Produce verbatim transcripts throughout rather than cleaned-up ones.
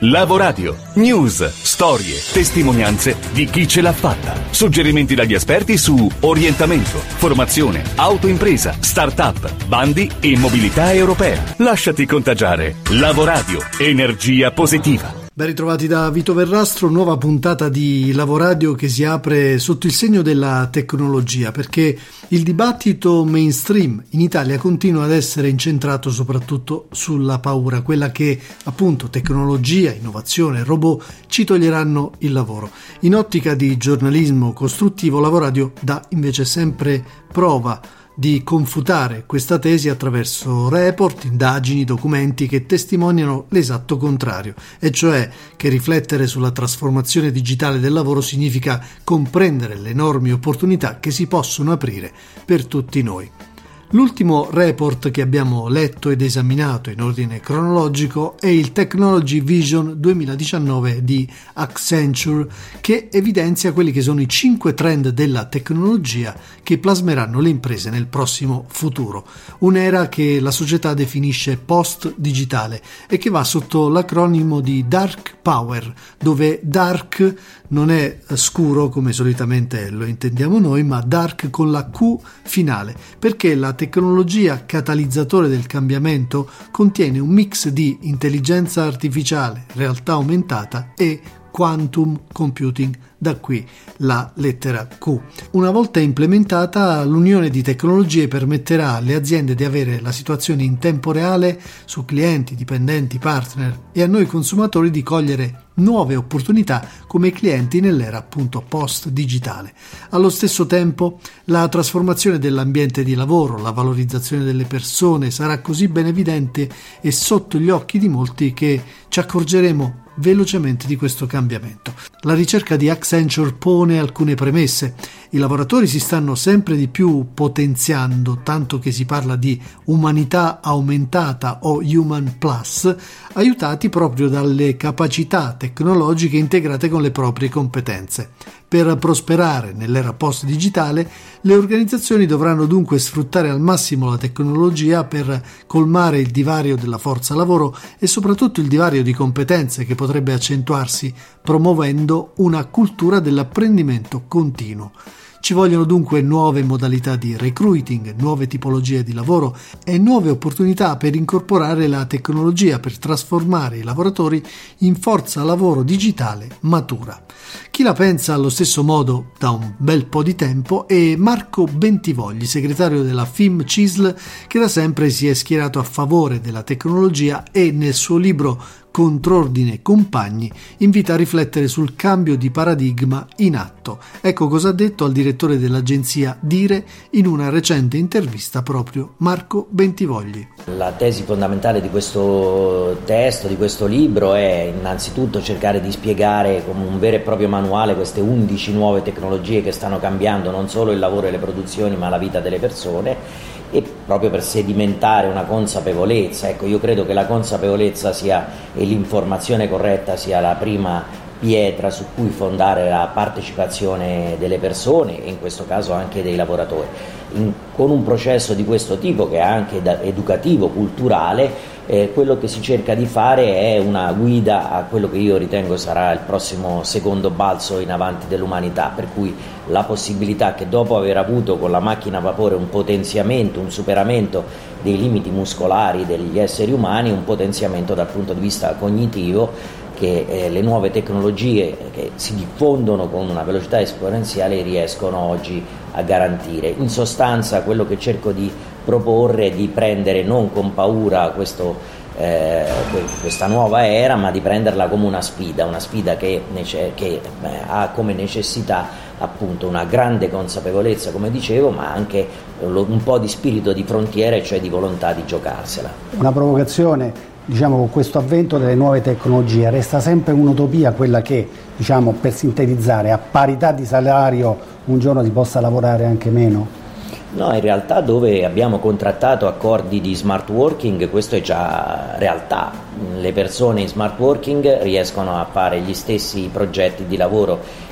Lavoradio. News, storie, testimonianze di chi ce l'ha fatta. Suggerimenti dagli esperti su orientamento, formazione, autoimpresa, start-up, bandi e mobilità europea. Lasciati contagiare. Lavoradio. Energia positiva. Ben ritrovati da Vito Verrastro, nuova puntata di Lavoradio che si apre sotto il segno della tecnologia, perché il dibattito mainstream in Italia continua ad essere incentrato soprattutto sulla paura, quella che appunto tecnologia, innovazione, robot ci toglieranno il lavoro. In ottica di giornalismo costruttivo, Lavoradio dà invece sempre prova di confutare questa tesi attraverso report, indagini, documenti che testimoniano l'esatto contrario, e cioè che riflettere sulla trasformazione digitale del lavoro significa comprendere le enormi opportunità che si possono aprire per tutti noi. L'ultimo report che abbiamo letto ed esaminato in ordine cronologico è il Technology Vision duemiladiciannove di Accenture, che evidenzia quelli che sono i cinque trend della tecnologia che plasmeranno le imprese nel prossimo futuro, un'era che la società definisce post-digitale e che va sotto l'acronimo di Dark Power, dove dark non è scuro come solitamente lo intendiamo noi, ma dark con la Q finale, perché la tecnologia catalizzatore del cambiamento contiene un mix di intelligenza artificiale, realtà aumentata e quantum computing, da qui la lettera Q. Una volta implementata, l'unione di tecnologie permetterà alle aziende di avere la situazione in tempo reale su clienti, dipendenti, partner e a noi consumatori di cogliere nuove opportunità come clienti nell'era appunto post-digitale. Allo stesso tempo, la trasformazione dell'ambiente di lavoro, la valorizzazione delle persone sarà così ben evidente e sotto gli occhi di molti che ci accorgeremo velocemente di questo cambiamento. La ricerca di Accenture pone alcune premesse. I lavoratori si stanno sempre di più potenziando, tanto che si parla di umanità aumentata o Human Plus, aiutati proprio dalle capacità tecnologiche integrate con le proprie competenze. Per prosperare nell'era post-digitale, le organizzazioni dovranno dunque sfruttare al massimo la tecnologia per colmare il divario della forza lavoro e soprattutto il divario di competenze che potrebbe accentuarsi promuovendo una cultura dell'apprendimento continuo. Ci vogliono dunque nuove modalità di recruiting, nuove tipologie di lavoro e nuove opportunità per incorporare la tecnologia per trasformare i lavoratori in forza lavoro digitale matura. Chi la pensa allo stesso modo da un bel po' di tempo è Marco Bentivogli, segretario della F I M C I S L, che da sempre si è schierato a favore della tecnologia e nel suo libro Contrordine Compagni invita a riflettere sul cambio di paradigma in atto. Ecco cosa ha detto al direttore dell'agenzia Dire in una recente intervista proprio Marco Bentivogli. La tesi fondamentale di questo testo, di questo libro, è innanzitutto cercare di spiegare come un vero e proprio manuale queste undici nuove tecnologie che stanno cambiando non solo il lavoro e le produzioni ma la vita delle persone, e proprio per sedimentare una consapevolezza. Ecco, io credo che la consapevolezza sia e l'informazione corretta sia la prima pietra su cui fondare la partecipazione delle persone e in questo caso anche dei lavoratori. In, con un processo di questo tipo, che è anche da, educativo, culturale, eh, quello che si cerca di fare è una guida a quello che io ritengo sarà il prossimo secondo balzo in avanti dell'umanità, per cui la possibilità che dopo aver avuto con la macchina a vapore un potenziamento, un superamento dei limiti muscolari degli esseri umani, un potenziamento dal punto di vista cognitivo, che eh, le nuove tecnologie che si diffondono con una velocità esponenziale riescono oggi a garantire. In sostanza, quello che cerco di proporre è di prendere non con paura questo, eh, questa nuova era, ma di prenderla come una sfida, una sfida che, nece- che eh, ha come necessità appunto una grande consapevolezza, come dicevo, ma anche un po' di spirito di frontiera, cioè di volontà di giocarsela. Una provocazione. Diciamo, con questo avvento delle nuove tecnologie resta sempre un'utopia quella che, diciamo, per sintetizzare, a parità di salario un giorno si possa lavorare anche meno? No, in realtà dove abbiamo contrattato accordi di smart working questo è già realtà. Le persone in smart working riescono a fare gli stessi progetti di lavoro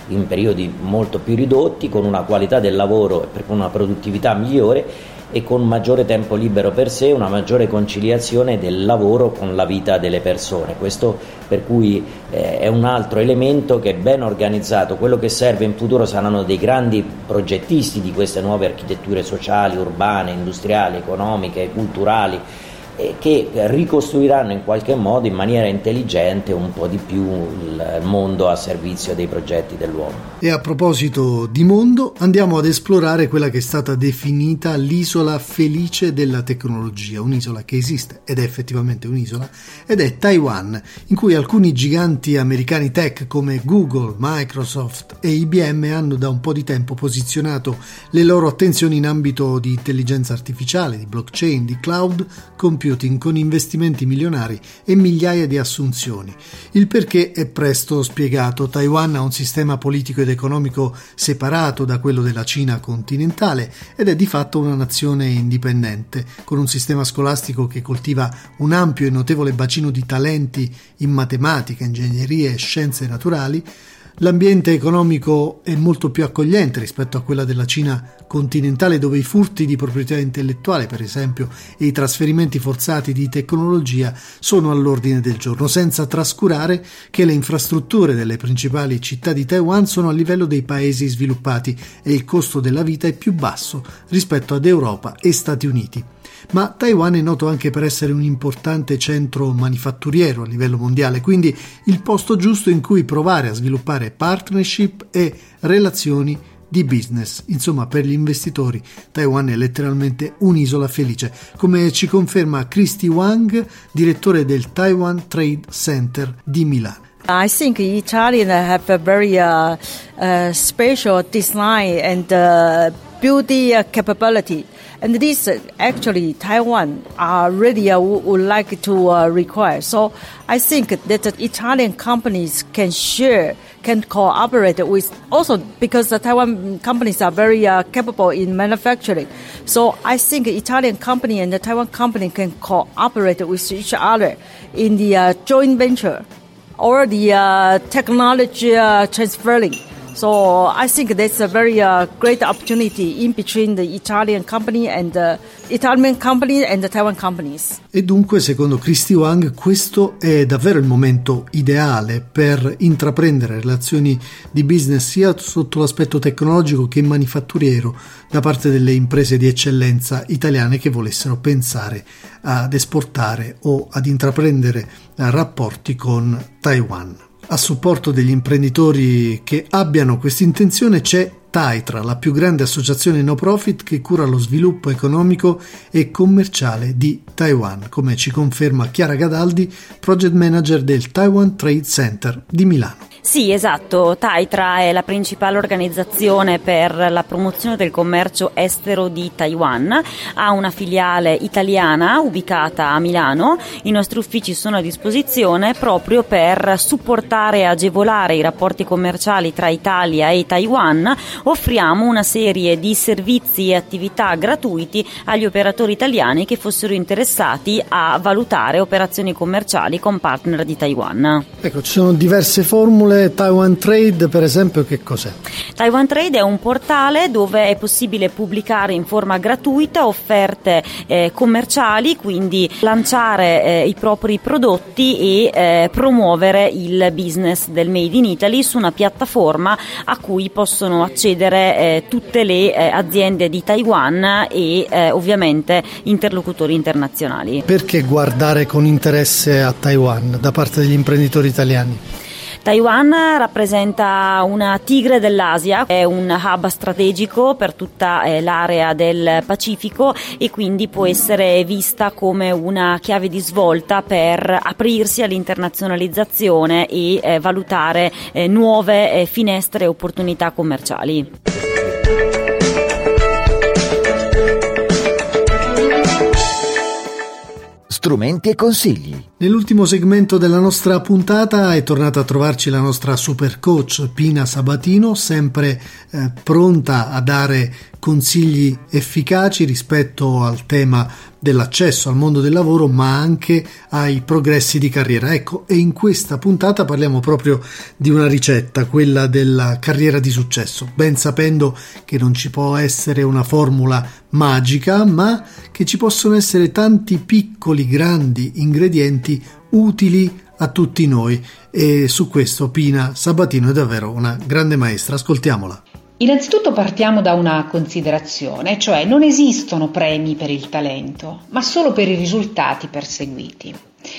in periodi molto più ridotti, con una qualità del lavoro e con una produttività migliore e con maggiore tempo libero per sé, una maggiore conciliazione del lavoro con la vita delle persone. Questo per cui eh, è un altro elemento che, ben organizzato, quello che serve in futuro saranno dei grandi progettisti di queste nuove architetture sociali, urbane, industriali, economiche, culturali, eh, che ricostruiranno in qualche modo in maniera intelligente un po' di più il mondo a servizio dei progetti dell'uomo. E a proposito di mondo, andiamo ad esplorare quella che è stata definita l'isola felice della tecnologia, un'isola che esiste ed è effettivamente un'isola, ed è Taiwan, in cui alcuni giganti americani tech come Google, Microsoft e I B M hanno da un po' di tempo posizionato le loro attenzioni in ambito di intelligenza artificiale, di blockchain, di cloud computing, con investimenti milionari e migliaia di assunzioni. Il perché è presto spiegato. Taiwan ha un sistema politico ed economico separato da quello della Cina continentale ed è di fatto una nazione indipendente, con un sistema scolastico che coltiva un ampio e notevole bacino di talenti in matematica, ingegneria e scienze naturali. L'ambiente economico è molto più accogliente rispetto a quella della Cina continentale, dove i furti di proprietà intellettuale, per esempio, e i trasferimenti forzati di tecnologia sono all'ordine del giorno, senza trascurare che le infrastrutture delle principali città di Taiwan sono a livello dei paesi sviluppati e il costo della vita è più basso rispetto ad Europa e Stati Uniti. Ma Taiwan è noto anche per essere un importante centro manifatturiero a livello mondiale, quindi il posto giusto in cui provare a sviluppare partnership e relazioni di business. Insomma, per gli investitori Taiwan è letteralmente un'isola felice, come ci conferma Christy Wang, direttore del Taiwan Trade Center di Milano. I think Italians have a very uh, uh, special design and uh, beauty uh, capability. And this uh, actually Taiwan uh, really uh, would like to uh, require. So I think that the Italian companies can share, can cooperate with, also because the Taiwan companies are very uh, capable in manufacturing. So I think Italian company and the Taiwan company can cooperate with each other in the uh, joint venture or the uh, technology uh, transferring. So I think that's a very uh, great opportunity in between the Italian company and the Italian company and the Taiwan companies. E dunque, secondo Christy Wang, questo è davvero il momento ideale per intraprendere relazioni di business sia sotto l'aspetto tecnologico che manifatturiero da parte delle imprese di eccellenza italiane che volessero pensare ad esportare o ad intraprendere rapporti con Taiwan. A supporto degli imprenditori che abbiano questa intenzione c'è Taitra, la più grande associazione no profit che cura lo sviluppo economico e commerciale di Taiwan, come ci conferma Chiara Gadaldi, project manager del Taiwan Trade Center di Milano. Sì, esatto. Taitra è la principale organizzazione per la promozione del commercio estero di Taiwan. Ha una filiale italiana ubicata a Milano. I nostri uffici sono a disposizione proprio per supportare e agevolare i rapporti commerciali tra Italia e Taiwan. Offriamo una serie di servizi e attività gratuiti agli operatori italiani che fossero interessati a valutare operazioni commerciali con partner di Taiwan. Ecco, ci sono diverse formule. Taiwan Trade, per esempio, che cos'è? Taiwan Trade è un portale dove è possibile pubblicare in forma gratuita offerte eh, commerciali, quindi lanciare eh, i propri prodotti e eh, promuovere il business del Made in Italy su una piattaforma a cui possono accedere eh, tutte le eh, aziende di Taiwan e eh, ovviamente interlocutori internazionali. Perché guardare con interesse a Taiwan da parte degli imprenditori italiani? Taiwan rappresenta una tigre dell'Asia, è un hub strategico per tutta eh, l'area del Pacifico e quindi può essere vista come una chiave di svolta per aprirsi all'internazionalizzazione e eh, valutare eh, nuove eh, finestre e opportunità commerciali. Strumenti e consigli. Nell'ultimo segmento della nostra puntata è tornata a trovarci la nostra super coach Pina Sabatino, sempre eh, pronta a dare consigli efficaci rispetto al tema dell'accesso al mondo del lavoro, ma anche ai progressi di carriera. Ecco, e in questa puntata parliamo proprio di una ricetta, quella della carriera di successo, ben sapendo che non ci può essere una formula magica, ma che ci possono essere tanti piccoli, grandi ingredienti utili a tutti noi, e su questo Pina Sabatino è davvero una grande maestra. Ascoltiamola. Innanzitutto partiamo da una considerazione, cioè non esistono premi per il talento, ma solo per i risultati perseguiti.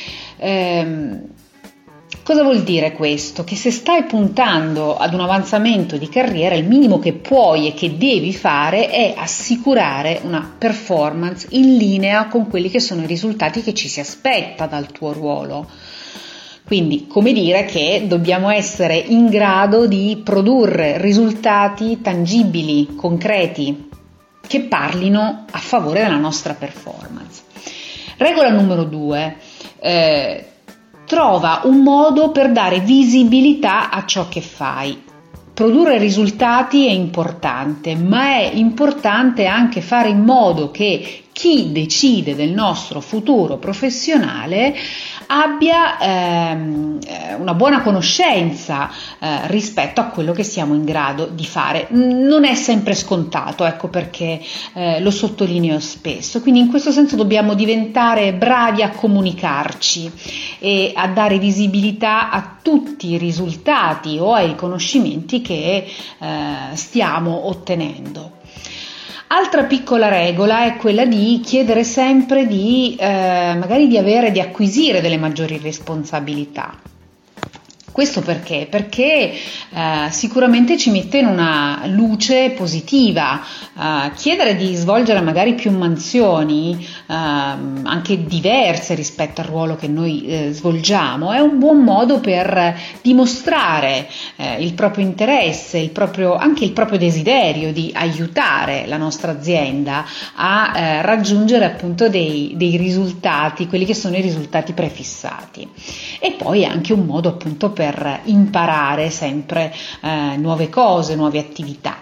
Ehm, cosa vuol dire questo? Che se stai puntando ad un avanzamento di carriera, il minimo che puoi e che devi fare è assicurare una performance in linea con quelli che sono i risultati che ci si aspetta dal tuo ruolo. Quindi, come dire che dobbiamo essere in grado di produrre risultati tangibili, concreti, che parlino a favore della nostra performance. Regola numero due, eh, trova un modo per dare visibilità a ciò che fai. Produrre risultati è importante, ma è importante anche fare in modo che chi decide del nostro futuro professionale abbia ehm, una buona conoscenza eh, rispetto a quello che siamo in grado di fare. Non è sempre scontato, ecco perché eh, lo sottolineo spesso. Quindi in questo senso dobbiamo diventare bravi a comunicarci e a dare visibilità a tutti i risultati o ai riconoscimenti che eh, stiamo ottenendo. Altra piccola regola è quella di chiedere sempre di eh, magari di avere, di acquisire delle maggiori responsabilità. Questo perché? Perché eh, sicuramente ci mette in una luce positiva. Eh, chiedere di svolgere magari più mansioni, eh, anche diverse rispetto al ruolo che noi eh, svolgiamo, è un buon modo per dimostrare eh, il proprio interesse, il proprio, anche il proprio desiderio di aiutare la nostra azienda a eh, raggiungere appunto dei, dei risultati, quelli che sono i risultati prefissati. E poi è anche un modo appunto per per imparare sempre eh, nuove cose, nuove attività.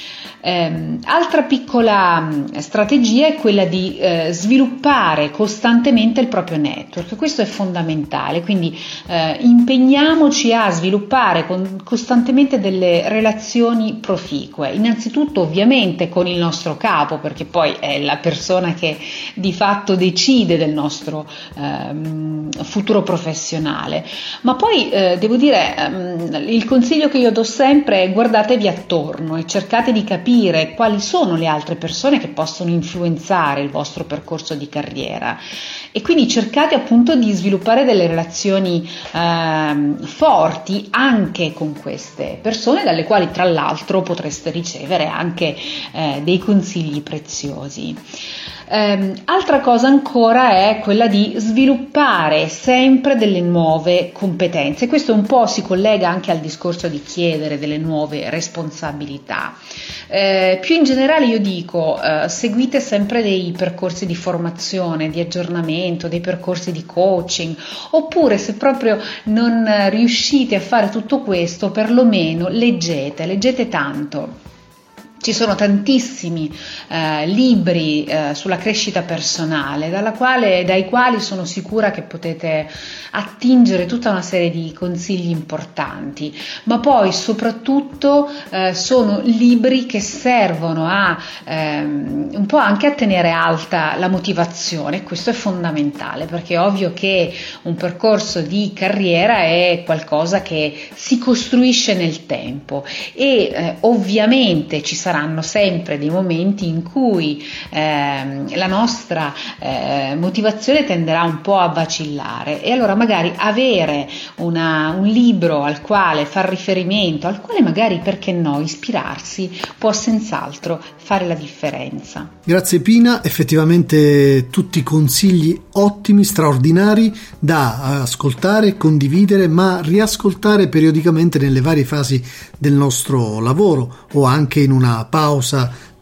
Eh, altra piccola mh, strategia è quella di eh, sviluppare costantemente il proprio network. Questo è fondamentale, quindi eh, impegniamoci a sviluppare con, costantemente delle relazioni proficue, innanzitutto ovviamente con il nostro capo, perché poi è la persona che di fatto decide del nostro eh, futuro professionale, ma poi eh, devo dire ehm, il consiglio che io do sempre è: guardatevi attorno e cercate di capire quali sono le altre persone che possono influenzare il vostro percorso di carriera, e quindi cercate appunto di sviluppare delle relazioni eh, forti anche con queste persone, dalle quali tra l'altro potreste ricevere anche eh, dei consigli preziosi. Um, altra cosa ancora è quella di sviluppare sempre delle nuove competenze. Questo un po' si collega anche al discorso di chiedere delle nuove responsabilità. Eh, più in generale io dico eh, seguite sempre dei percorsi di formazione, di aggiornamento, dei percorsi di coaching, oppure se proprio non riuscite a fare tutto questo, perlomeno leggete, leggete tanto. Ci sono tantissimi eh, libri eh, sulla crescita personale, dalla quale, dai quali sono sicura che potete attingere tutta una serie di consigli importanti, ma poi soprattutto eh, sono libri che servono a ehm, un po' anche a tenere alta la motivazione. Questo è fondamentale, perché è ovvio che un percorso di carriera è qualcosa che si costruisce nel tempo e eh, ovviamente ci sarà saranno sempre dei momenti in cui eh, la nostra eh, motivazione tenderà un po' a vacillare, e allora magari avere una, un libro al quale far riferimento, al quale magari, perché no, ispirarsi, può senz'altro fare la differenza. Grazie Pina, effettivamente tutti consigli ottimi, straordinari da ascoltare, condividere, ma riascoltare periodicamente nelle varie fasi del nostro lavoro o anche in una pausa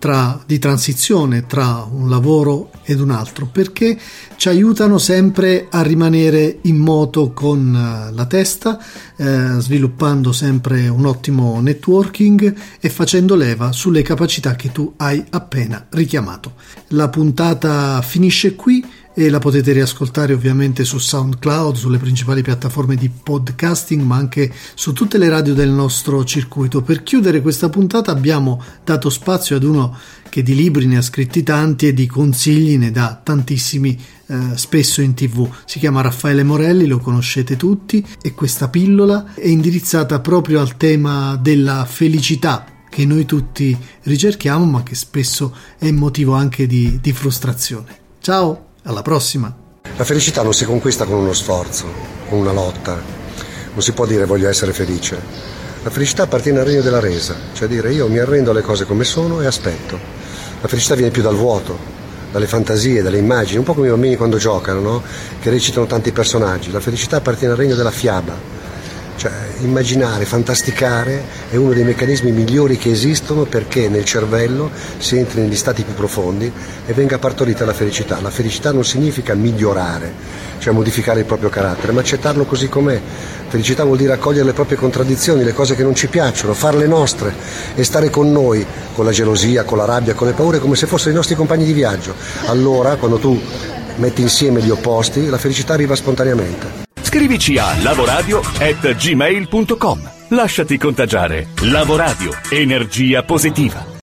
tra, di transizione tra un lavoro ed un altro, perché ci aiutano sempre a rimanere in moto con la testa, eh, sviluppando sempre un ottimo networking e facendo leva sulle capacità che tu hai appena richiamato. La puntata finisce qui e la potete riascoltare ovviamente su SoundCloud, sulle principali piattaforme di podcasting, ma anche su tutte le radio del nostro circuito. Per chiudere questa puntata abbiamo dato spazio ad uno che di libri ne ha scritti tanti e di consigli ne dà tantissimi, eh, spesso in tv. Si chiama Raffaele Morelli, lo conoscete tutti, e questa pillola è indirizzata proprio al tema della felicità che noi tutti ricerchiamo, ma che spesso è motivo anche di, di frustrazione. Ciao! Alla prossima! La felicità non si conquista con uno sforzo, con una lotta. Non si può dire voglio essere felice. La felicità appartiene al regno della resa, cioè dire io mi arrendo alle cose come sono e aspetto. La felicità viene più dal vuoto, dalle fantasie, dalle immagini, un po' come i bambini quando giocano, no? Che recitano tanti personaggi. La felicità appartiene al regno della fiaba. Cioè, immaginare, fantasticare è uno dei meccanismi migliori che esistono, perché nel cervello si entri negli stati più profondi e venga partorita la felicità. La felicità non significa migliorare, cioè modificare il proprio carattere, ma accettarlo così com'è. Felicità vuol dire accogliere le proprie contraddizioni, le cose che non ci piacciono, farle nostre e stare con noi, con la gelosia, con la rabbia, con le paure, come se fossero i nostri compagni di viaggio. Allora, quando tu metti insieme gli opposti, la felicità arriva spontaneamente. Scrivici a lavoradio at gmail punto com. Lasciati contagiare. Lavoradio. Energia positiva.